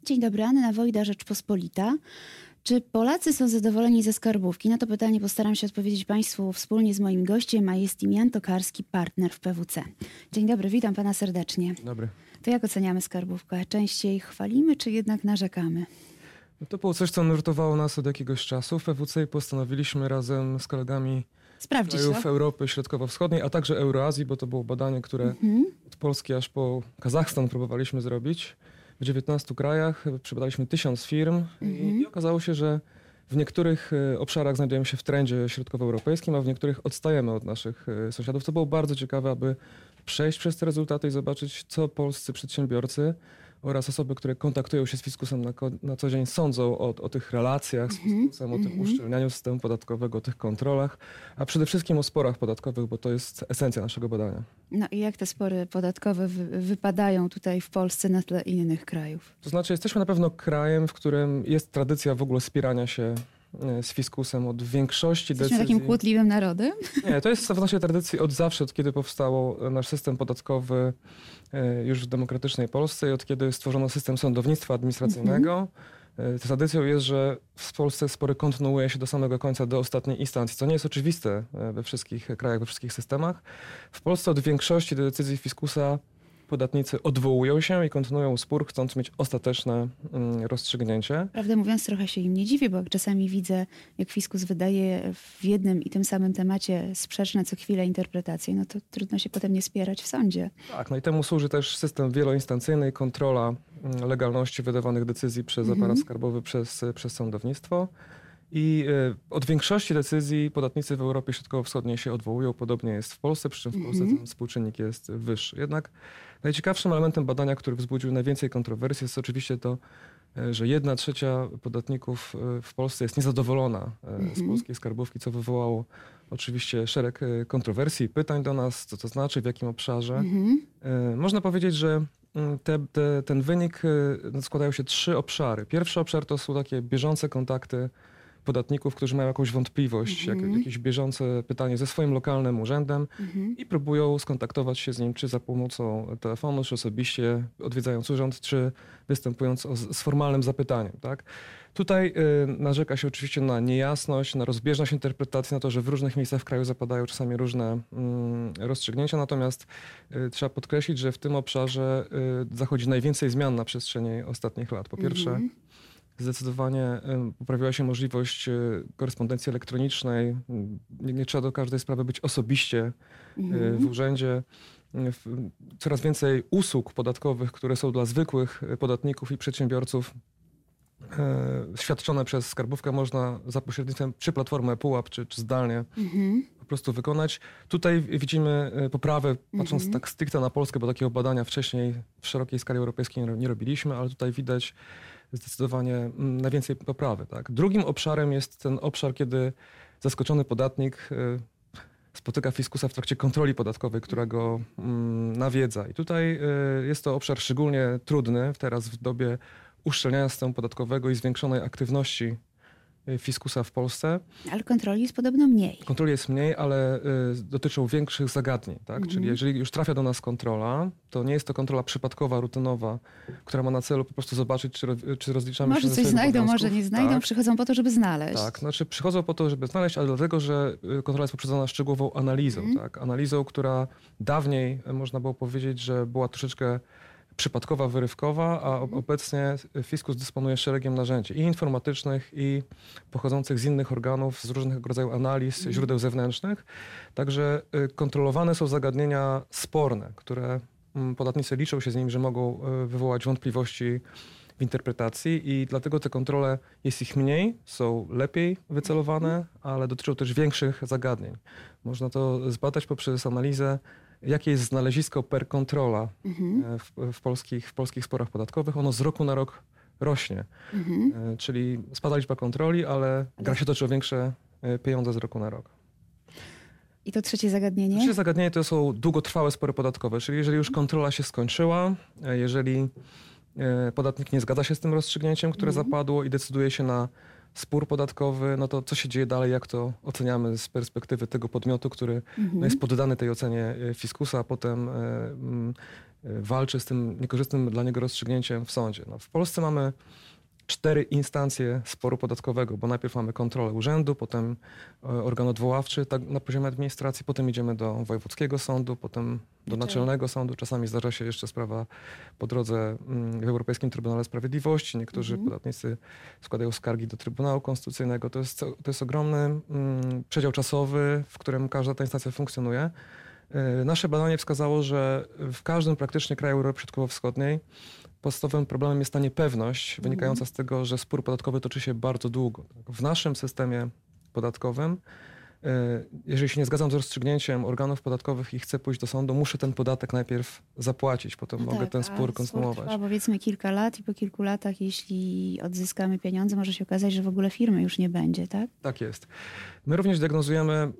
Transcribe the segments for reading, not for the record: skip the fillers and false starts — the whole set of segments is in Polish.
Dzień dobry, Anna Wojda, Rzeczpospolita. Czy Polacy są zadowoleni ze skarbówki? Na to pytanie postaram się odpowiedzieć Państwu wspólnie z moim gościem, a jest nim Jan Tokarski, partner w PwC. Dzień dobry, witam Pana serdecznie. Dzień dobry. To jak oceniamy skarbówkę? Częściej chwalimy, czy jednak narzekamy? No to było coś, co nurtowało nas od jakiegoś czasu w PwC i postanowiliśmy razem z kolegami Sprawdzić krajów to. Europy Środkowo-Wschodniej, a także Euroazji, bo to było badanie, które od Polski aż po Kazachstan próbowaliśmy zrobić. W 19 krajach przebadaliśmy 1000 firm i okazało się, że w niektórych obszarach znajdujemy się w trendzie środkowoeuropejskim, a w niektórych odstajemy od naszych sąsiadów. To było bardzo ciekawe, aby przejść przez te rezultaty i zobaczyć, co polscy przedsiębiorcy oraz osoby, które kontaktują się z fiskusem na co dzień, sądzą o tych relacjach z fiskusem, o tym uszczelnianiu systemu podatkowego, o tych kontrolach, a przede wszystkim o sporach podatkowych, bo to jest esencja naszego badania. No i jak te spory podatkowe wypadają tutaj w Polsce na tle innych krajów? To znaczy, jesteśmy na pewno krajem, w którym jest tradycja w ogóle spierania się z fiskusem od większości Jesteśmy decyzji. takim kłótliwym narodem? Nie, to jest w naszej tradycji od zawsze, od kiedy powstał nasz system podatkowy już w demokratycznej Polsce i od kiedy stworzono system sądownictwa administracyjnego. Tradycją jest, że w Polsce spory kontynuuje się do samego końca, do ostatniej instancji, co nie jest oczywiste we wszystkich krajach, we wszystkich systemach. W Polsce od większości decyzji fiskusa podatnicy odwołują się i kontynuują spór, chcąc mieć ostateczne rozstrzygnięcie. Prawdę mówiąc, trochę się im nie dziwię, bo jak czasami widzę, jak fiskus wydaje w jednym i tym samym temacie sprzeczne co chwilę interpretacje, no to trudno się potem nie spierać w sądzie. Tak, no i temu służy też system wieloinstancyjny i kontrola legalności wydawanych decyzji przez aparat skarbowy, przez sądownictwo. I od większości decyzji podatnicy w Europie Środkowo-Wschodniej się odwołują. Podobnie jest w Polsce, przy czym w Polsce ten współczynnik jest wyższy. Jednak najciekawszym elementem badania, który wzbudził najwięcej kontrowersji, jest oczywiście to, że 1/3 podatników w Polsce jest niezadowolona z polskiej skarbówki, co wywołało oczywiście szereg kontrowersji, pytań do nas, co to znaczy, w jakim obszarze. Można powiedzieć, że ten wynik składają się 3 obszary. Pierwszy obszar to są takie bieżące kontakty podatników, którzy mają jakąś wątpliwość, jakieś bieżące pytanie ze swoim lokalnym urzędem i próbują skontaktować się z nim, czy za pomocą telefonu, czy osobiście odwiedzając urząd, czy występując z formalnym zapytaniem. Tak? Tutaj narzeka się oczywiście na niejasność, na rozbieżność interpretacji, na to, że w różnych miejscach w kraju zapadają czasami różne rozstrzygnięcia, natomiast trzeba podkreślić, że w tym obszarze zachodzi najwięcej zmian na przestrzeni ostatnich lat. Po pierwsze, zdecydowanie poprawiła się możliwość korespondencji elektronicznej. Nie trzeba do każdej sprawy być osobiście w urzędzie. Coraz więcej usług podatkowych, które są dla zwykłych podatników i przedsiębiorców świadczone przez skarbówkę, można za pośrednictwem czy platformy ePUAP, czy zdalnie po prostu wykonać. Tutaj widzimy poprawę, patrząc tak stricte na Polskę, bo takiego badania wcześniej w szerokiej skali europejskiej nie robiliśmy, ale tutaj widać zdecydowanie najwięcej poprawy. Tak? Drugim obszarem jest ten obszar, kiedy zaskoczony podatnik spotyka fiskusa w trakcie kontroli podatkowej, która go nawiedza. I tutaj jest to obszar szczególnie trudny teraz w dobie uszczelniania systemu podatkowego i zwiększonej aktywności fiskusa w Polsce. Ale kontroli jest podobno mniej. Kontroli jest mniej, ale dotyczą większych zagadnień. Tak? Czyli jeżeli już trafia do nas kontrola, to nie jest to kontrola przypadkowa, rutynowa, która ma na celu po prostu zobaczyć, czy rozliczamy się Może ze coś swoich znajdą, obowiązków. może nie znajdą, Tak. Przychodzą po to, żeby znaleźć. Tak, znaczy przychodzą po to, żeby znaleźć, ale dlatego, że kontrola jest poprzedzona szczegółową analizą. Tak? Analizą, która dawniej można było powiedzieć, że była troszeczkę przypadkowa, wyrywkowa, a obecnie fiskus dysponuje szeregiem narzędzi i informatycznych, i pochodzących z innych organów, z różnego rodzaju analiz, źródeł zewnętrznych. Także kontrolowane są zagadnienia sporne, które podatnicy liczą się z nimi, że mogą wywołać wątpliwości w interpretacji i dlatego te kontrole, jest ich mniej, są lepiej wycelowane, ale dotyczą też większych zagadnień. Można to zbadać poprzez analizę, jakie jest znalezisko per kontrola w polskich sporach podatkowych. Ono z roku na rok rośnie. Czyli spada liczba kontroli, ale gra się toczy o większe pieniądze z roku na rok. I to trzecie zagadnienie? Trzecie zagadnienie to są długotrwałe spory podatkowe, czyli jeżeli już kontrola się skończyła, jeżeli podatnik nie zgadza się z tym rozstrzygnięciem, które zapadło i decyduje się na spór podatkowy, no to co się dzieje dalej, jak to oceniamy z perspektywy tego podmiotu, który jest poddany tej ocenie fiskusa, a potem walczy z tym niekorzystnym dla niego rozstrzygnięciem w sądzie. No, w Polsce mamy 4 instancje sporu podatkowego, bo najpierw mamy kontrolę urzędu, potem organ odwoławczy tak, na poziomie administracji, potem idziemy do wojewódzkiego sądu, potem do naczelnego sądu. Czasami zdarza się jeszcze sprawa po drodze w Europejskim Trybunale Sprawiedliwości. Niektórzy podatnicy składają skargi do Trybunału Konstytucyjnego. To jest ogromny przedział czasowy, w którym każda ta instancja funkcjonuje. Nasze badanie wskazało, że w każdym praktycznie kraju Europy Środkowo-Wschodniej podstawowym problemem jest ta niepewność wynikająca z tego, że spór podatkowy toczy się bardzo długo. W naszym systemie podatkowym, jeżeli się nie zgadzam z rozstrzygnięciem organów podatkowych i chcę pójść do sądu, muszę ten podatek najpierw zapłacić, potem mogę ten spór kontynuować. Spór trwa powiedzmy kilka lat i po kilku latach, jeśli odzyskamy pieniądze, może się okazać, że w ogóle firmy już nie będzie, tak? Tak jest. My również diagnozujemy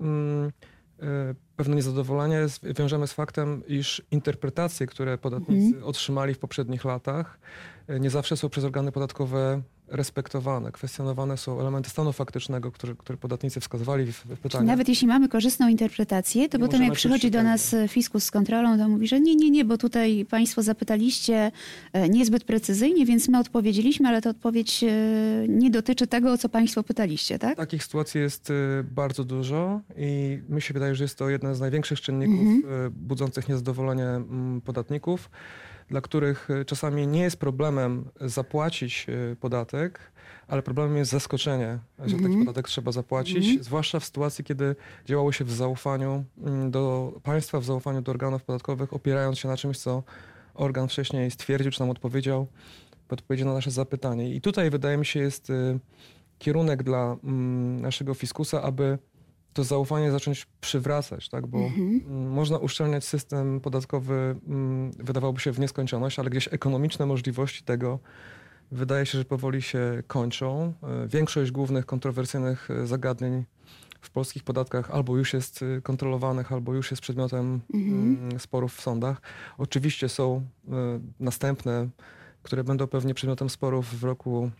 pewne niezadowolenie, wiążemy z faktem, iż interpretacje, które podatnicy otrzymali w poprzednich latach, nie zawsze są przez organy podatkowe respektowane. Kwestionowane są elementy stanu faktycznego, które podatnicy wskazywali w pytaniach. Czyli nawet jeśli mamy korzystną interpretację, to potem jak przychodzi do nas fiskus z kontrolą, to mówi, że nie, bo tutaj państwo zapytaliście niezbyt precyzyjnie, więc my odpowiedzieliśmy, ale ta odpowiedź nie dotyczy tego, o co państwo pytaliście, tak? Takich sytuacji jest bardzo dużo i mi się wydaje, że jest to jeden z największych czynników budzących niezadowolenie podatników, dla których czasami nie jest problemem zapłacić podatek, ale problemem jest zaskoczenie, że taki podatek trzeba zapłacić, zwłaszcza w sytuacji, kiedy działało się w zaufaniu do państwa, w zaufaniu do organów podatkowych, opierając się na czymś, co organ wcześniej stwierdził, czy nam odpowiedział w odpowiedzi na nasze zapytanie. I tutaj wydaje mi się jest kierunek dla naszego fiskusa, aby to zaufanie zacząć przywracać, tak? Bo można uszczelniać system podatkowy, wydawałoby się w nieskończoność, ale gdzieś ekonomiczne możliwości tego wydaje się, że powoli się kończą. Większość głównych kontrowersyjnych zagadnień w polskich podatkach albo już jest kontrolowanych, albo już jest przedmiotem sporów w sądach. Oczywiście są następne, które będą pewnie przedmiotem sporów w roku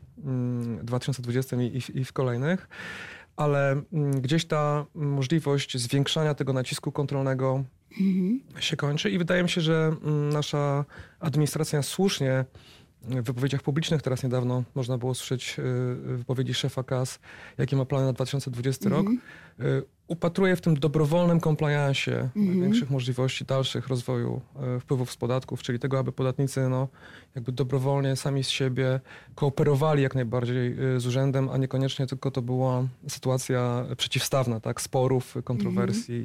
2020 i w kolejnych. Ale gdzieś ta możliwość zwiększania tego nacisku kontrolnego się kończy i wydaje mi się, że nasza administracja słusznie w wypowiedziach publicznych, teraz niedawno można było słyszeć wypowiedzi szefa KAS, jakie ma plany na 2020 rok, upatruje w tym dobrowolnym compliance'ie większych możliwości dalszych rozwoju wpływów z podatków, czyli tego, aby podatnicy jakby dobrowolnie sami z siebie kooperowali jak najbardziej z urzędem, a niekoniecznie tylko to była sytuacja przeciwstawna, tak, sporów, kontrowersji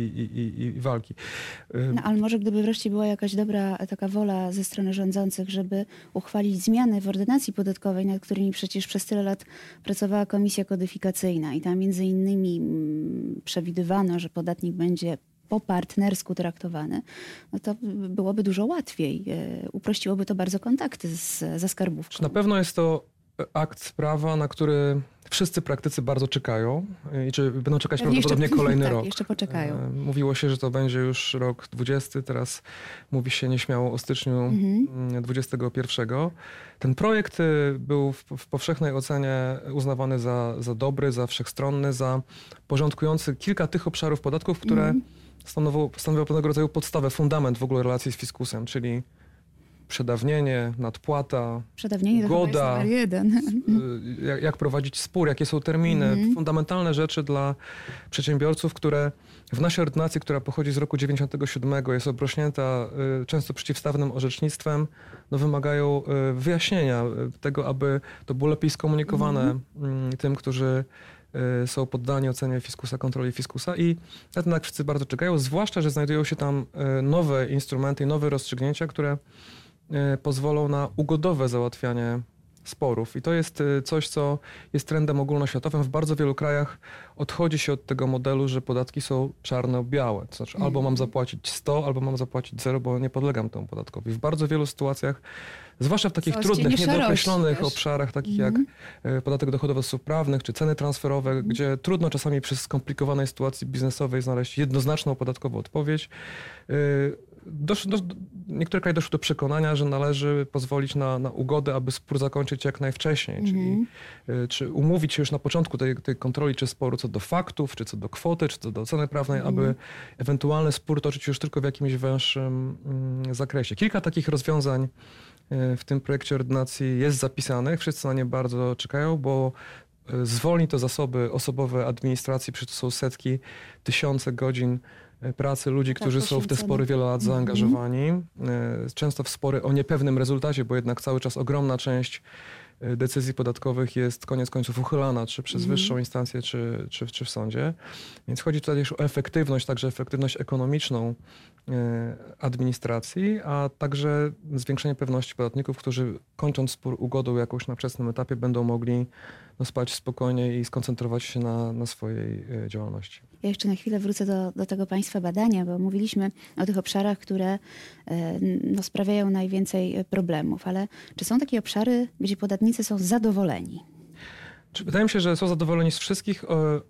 i walki. No, ale może gdyby wreszcie była jakaś dobra taka wola ze strony rządzących, żeby uchwalić zmiany w ordynacji podatkowej, nad którymi przecież przez tyle lat pracowała Komisja Kodyfikacyjna i tam między innymi przewidywano, że podatnik będzie po partnersku traktowany, no to byłoby dużo łatwiej. Uprościłoby to bardzo kontakty ze skarbówką. Na pewno jest to akt prawa, na który wszyscy praktycy bardzo czekają i czy będą czekać prawdopodobnie kolejny rok. Jeszcze poczekają. Mówiło się, że to będzie już rok 20, teraz mówi się nieśmiało o styczniu 21. Ten projekt był w powszechnej ocenie uznawany za dobry, za wszechstronny, za porządkujący kilka tych obszarów podatków, które stanowią pewnego rodzaju podstawę, fundament w ogóle relacji z fiskusem, czyli przedawnienie, nadpłata, ugoda, jak prowadzić spór, jakie są terminy, fundamentalne rzeczy dla przedsiębiorców, które w naszej ordynacji, która pochodzi z roku 97, jest obrośnięta często przeciwstawnym orzecznictwem, wymagają wyjaśnienia tego, aby to było lepiej skomunikowane tym, którzy są poddani ocenie fiskusa, kontroli fiskusa i na ten wszyscy bardzo czekają, zwłaszcza, że znajdują się tam nowe instrumenty i nowe rozstrzygnięcia, które pozwolą na ugodowe załatwianie sporów. I to jest coś, co jest trendem ogólnoświatowym. W bardzo wielu krajach odchodzi się od tego modelu, że podatki są czarno-białe. To znaczy albo mam zapłacić 100, albo mam zapłacić 0, bo nie podlegam temu podatkowi. W bardzo wielu sytuacjach, zwłaszcza w takich trudnych, niedookreślonych obszarach, takich jak podatek dochodowy od osób prawnych, czy ceny transferowe, gdzie trudno czasami przy skomplikowanej sytuacji biznesowej znaleźć jednoznaczną podatkową odpowiedź, niektóre kraje doszły do przekonania, że należy pozwolić na ugodę, aby spór zakończyć jak najwcześniej, czyli czy umówić się już na początku tej kontroli czy sporu co do faktów, czy co do kwoty, czy co do oceny prawnej, aby ewentualny spór toczyć już tylko w jakimś węższym zakresie. Kilka takich rozwiązań w tym projekcie ordynacji jest zapisanych. Wszyscy na nie bardzo czekają, bo zwolni to zasoby osobowe administracji, przecież to są setki, tysiące godzin pracy ludzi, którzy są w te spory wiele lat zaangażowani. Często w spory o niepewnym rezultacie, bo jednak cały czas ogromna część decyzji podatkowych jest koniec końców uchylana, czy przez wyższą instancję, czy w sądzie. Więc chodzi tutaj też o efektywność, także efektywność ekonomiczną administracji, a także zwiększenie pewności podatników, którzy kończąc spór ugodą jakąś na wczesnym etapie będą mogli spać spokojnie i skoncentrować się na swojej działalności. Ja jeszcze na chwilę wrócę do tego państwa badania, bo mówiliśmy o tych obszarach, które sprawiają najwięcej problemów, ale czy są takie obszary, gdzie podatnicy są zadowoleni? Wydaje mi się, że są zadowoleni z wszystkich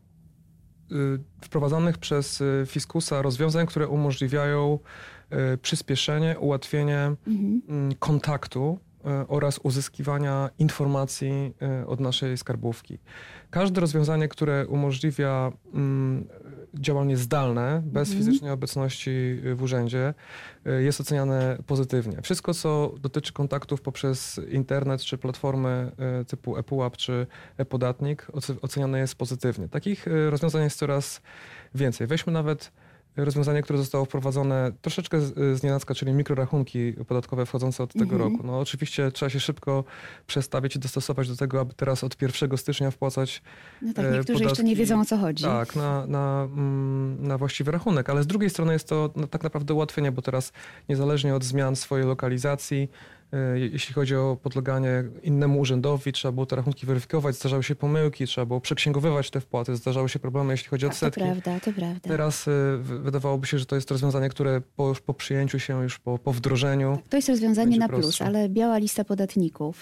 wprowadzanych przez fiskusa rozwiązań, które umożliwiają przyspieszenie, ułatwienie kontaktu oraz uzyskiwania informacji od naszej skarbówki. Każde rozwiązanie, które umożliwia działanie zdalne, bez fizycznej obecności w urzędzie, jest oceniane pozytywnie. Wszystko, co dotyczy kontaktów poprzez internet, czy platformy typu ePUAP, czy e-Podatnik, oceniane jest pozytywnie. Takich rozwiązań jest coraz więcej. Weźmy nawet rozwiązanie, które zostało wprowadzone troszeczkę znienacka, czyli mikrorachunki podatkowe wchodzące od tego roku. No oczywiście trzeba się szybko przestawić i dostosować do tego, aby teraz od 1 stycznia wpłacać niektórzy podatki, jeszcze nie wiedzą, o co chodzi. Tak, na właściwy rachunek. Ale z drugiej strony jest to tak naprawdę ułatwienie, bo teraz niezależnie od zmian swojej lokalizacji, jeśli chodzi o podleganie innemu urzędowi, trzeba było te rachunki weryfikować, zdarzały się pomyłki, trzeba było przeksięgowywać te wpłaty, zdarzały się problemy, jeśli chodzi o odsetki. To prawda. Teraz wydawałoby się, że to jest rozwiązanie, które po przyjęciu się, już po wdrożeniu... To jest rozwiązanie na plus, prostsze. ale biała lista podatników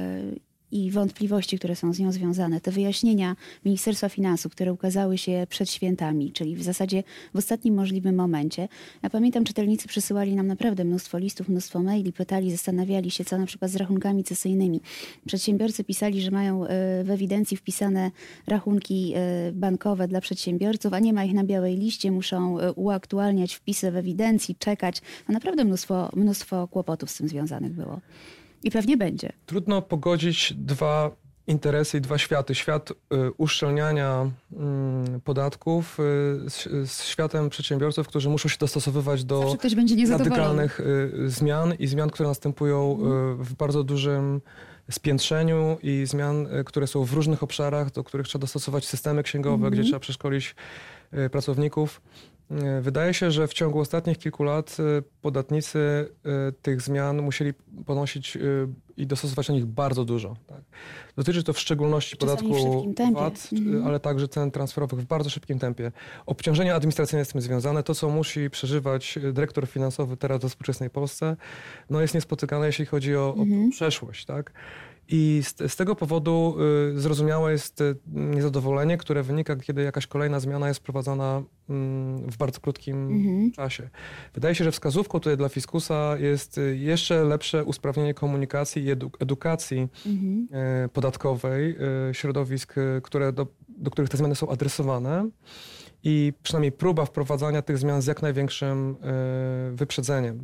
i wątpliwości, które są z nią związane, te wyjaśnienia Ministerstwa Finansów, które ukazały się przed świętami, czyli w zasadzie w ostatnim możliwym momencie. Ja pamiętam, czytelnicy przysyłali nam naprawdę mnóstwo listów, mnóstwo maili, pytali, zastanawiali się, co na przykład z rachunkami cesyjnymi. Przedsiębiorcy pisali, że mają w ewidencji wpisane rachunki bankowe dla przedsiębiorców, a nie ma ich na białej liście, muszą uaktualniać wpisy w ewidencji, czekać. No naprawdę mnóstwo kłopotów z tym związanych było. I pewnie będzie. Trudno pogodzić dwa interesy i dwa światy. Świat uszczelniania podatków z światem przedsiębiorców, którzy muszą się dostosowywać do radykalnych zmian i zmian, które następują w bardzo dużym spiętrzeniu i zmian, które są w różnych obszarach, do których trzeba dostosować systemy księgowe, gdzie trzeba przeszkolić pracowników. Wydaje się, że w ciągu ostatnich kilku lat podatnicy tych zmian musieli ponosić i dostosować na nich bardzo dużo. Tak. Dotyczy to w szczególności podatku VAT, ale także cen transferowych w bardzo szybkim tempie. Obciążenia administracyjne z tym związane, to co musi przeżywać dyrektor finansowy teraz we współczesnej Polsce, no jest niespotykane, jeśli chodzi o przeszłość. Tak. I z tego powodu zrozumiałe jest niezadowolenie, które wynika, kiedy jakaś kolejna zmiana jest wprowadzana w bardzo krótkim czasie. Wydaje się, że wskazówką tutaj dla fiskusa jest jeszcze lepsze usprawnienie komunikacji i edukacji podatkowej środowisk, do których te zmiany są adresowane. I przynajmniej próba wprowadzania tych zmian z jak największym wyprzedzeniem.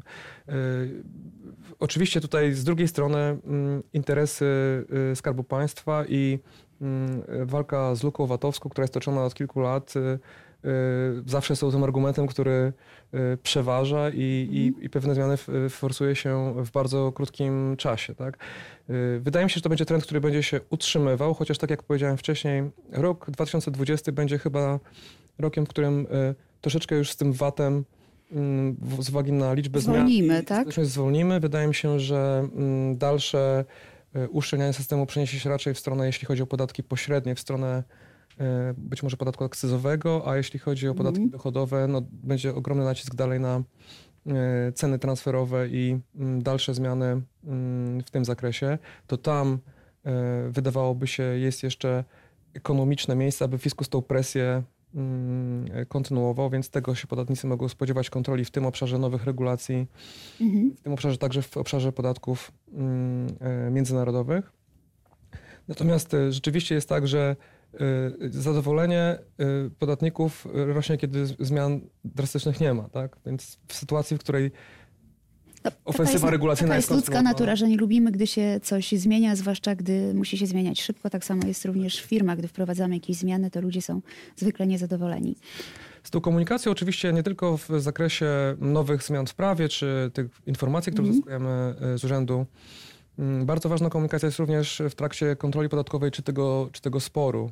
Oczywiście tutaj z drugiej strony interesy Skarbu Państwa i walka z luką VAT-owską, która jest toczona od kilku lat, zawsze są tym argumentem, który przeważa i pewne zmiany forsuje się w bardzo krótkim czasie. Tak? Wydaje mi się, że to będzie trend, który będzie się utrzymywał, chociaż tak jak powiedziałem wcześniej, rok 2020 będzie chyba rokiem, w którym troszeczkę już z tym VAT-em z uwagi na liczbę zmian zwolnimy. Wydaje mi się, że dalsze uszczelnianie systemu przeniesie się raczej w stronę, jeśli chodzi o podatki pośrednie, w stronę być może podatku akcyzowego, a jeśli chodzi o podatki dochodowe, no, będzie ogromny nacisk dalej na ceny transferowe i dalsze zmiany w tym zakresie. To tam wydawałoby się jest jeszcze ekonomiczne miejsce, aby fiskus tą presję kontynuował, więc tego się podatnicy mogą spodziewać kontroli w tym obszarze nowych regulacji, w tym obszarze także w obszarze podatków międzynarodowych. Natomiast rzeczywiście jest tak, że zadowolenie podatników rośnie, kiedy zmian drastycznych nie ma, tak? Więc w sytuacji, w której ofensywa regulacyjna jest ludzka natura, że nie lubimy, gdy się coś zmienia, zwłaszcza gdy musi się zmieniać szybko. Tak samo jest również w firmach. Gdy wprowadzamy jakieś zmiany, to ludzie są zwykle niezadowoleni. Z tą komunikacją oczywiście nie tylko w zakresie nowych zmian w prawie, czy tych informacji, które uzyskujemy z urzędu. Bardzo ważna komunikacja jest również w trakcie kontroli podatkowej czy tego sporu.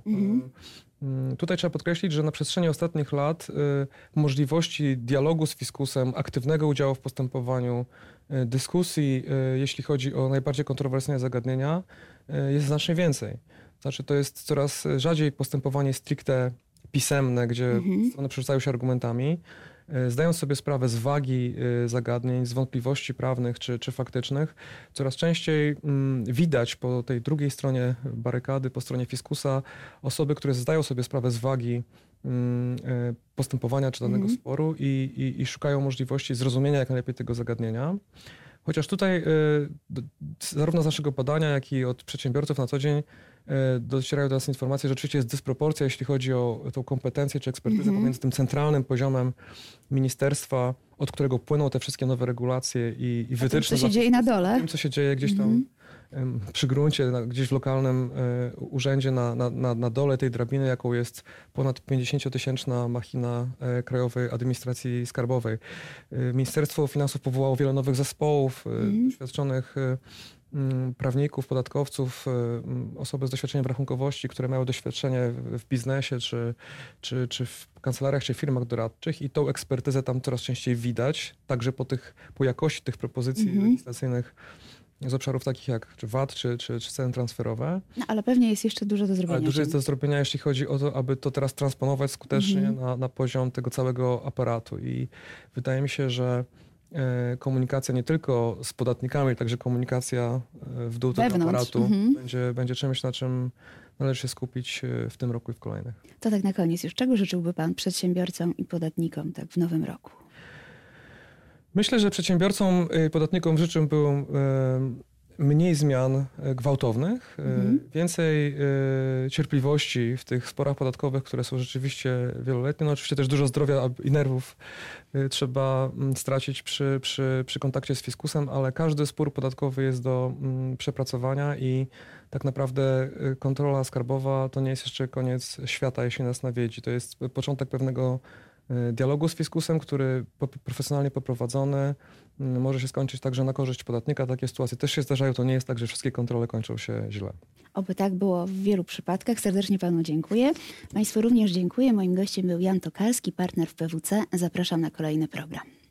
Tutaj trzeba podkreślić, że na przestrzeni ostatnich lat możliwości dialogu z fiskusem, aktywnego udziału w postępowaniu, dyskusji, jeśli chodzi o najbardziej kontrowersyjne zagadnienia, jest znacznie więcej. Znaczy, to jest coraz rzadziej postępowanie stricte pisemne, gdzie strony przerzucają się argumentami, zdając sobie sprawę z wagi zagadnień, z wątpliwości prawnych czy faktycznych. Coraz częściej widać po tej drugiej stronie barykady, po stronie fiskusa, osoby, które zdają sobie sprawę z wagi postępowania czy danego sporu i szukają możliwości zrozumienia jak najlepiej tego zagadnienia. Chociaż tutaj zarówno z naszego badania, jak i od przedsiębiorców na co dzień docierają do nas informacje, że rzeczywiście jest dysproporcja, jeśli chodzi o tą kompetencję czy ekspertyzę pomiędzy tym centralnym poziomem ministerstwa, od którego płyną te wszystkie nowe regulacje i wytyczne. Co się dzieje na dole? Tym, co się dzieje gdzieś tam przy gruncie, gdzieś w lokalnym urzędzie na dole tej drabiny, jaką jest ponad 50-tysięczna machina Krajowej Administracji Skarbowej. Ministerstwo Finansów powołało wiele nowych zespołów, doświadczonych prawników, podatkowców, osoby z doświadczeniem w rachunkowości, które mają doświadczenie w biznesie, czy w kancelariach, czy firmach doradczych i tą ekspertyzę tam coraz częściej widać, także po jakości tych propozycji legislacyjnych z obszarów takich jak czy VAT, czy ceny transferowe. No, ale pewnie jest jeszcze dużo do zrobienia. Ale dużo jest do zrobienia, jeśli chodzi o to, aby to teraz transponować skutecznie na poziom tego całego aparatu. I wydaje mi się, że komunikacja nie tylko z podatnikami, także komunikacja w dół tego aparatu będzie czymś, na czym należy się skupić w tym roku i w kolejnych. To tak na koniec już. Czego życzyłby pan przedsiębiorcom i podatnikom tak w nowym roku? Myślę, że przedsiębiorcom i podatnikom życzyłbym mniej zmian gwałtownych, więcej cierpliwości w tych sporach podatkowych, które są rzeczywiście wieloletnie. No oczywiście też dużo zdrowia i nerwów trzeba stracić przy kontakcie z fiskusem, ale każdy spór podatkowy jest do przepracowania i tak naprawdę kontrola skarbowa to nie jest jeszcze koniec świata, jeśli nas nawiedzi. To jest początek pewnego dialogu z fiskusem, który profesjonalnie poprowadzony może się skończyć także na korzyść podatnika. Takie sytuacje też się zdarzają. To nie jest tak, że wszystkie kontrole kończą się źle. Oby tak było w wielu przypadkach. Serdecznie panu dziękuję. Państwu również dziękuję. Moim gościem był Jan Tokarski, partner w PwC. Zapraszam na kolejny program.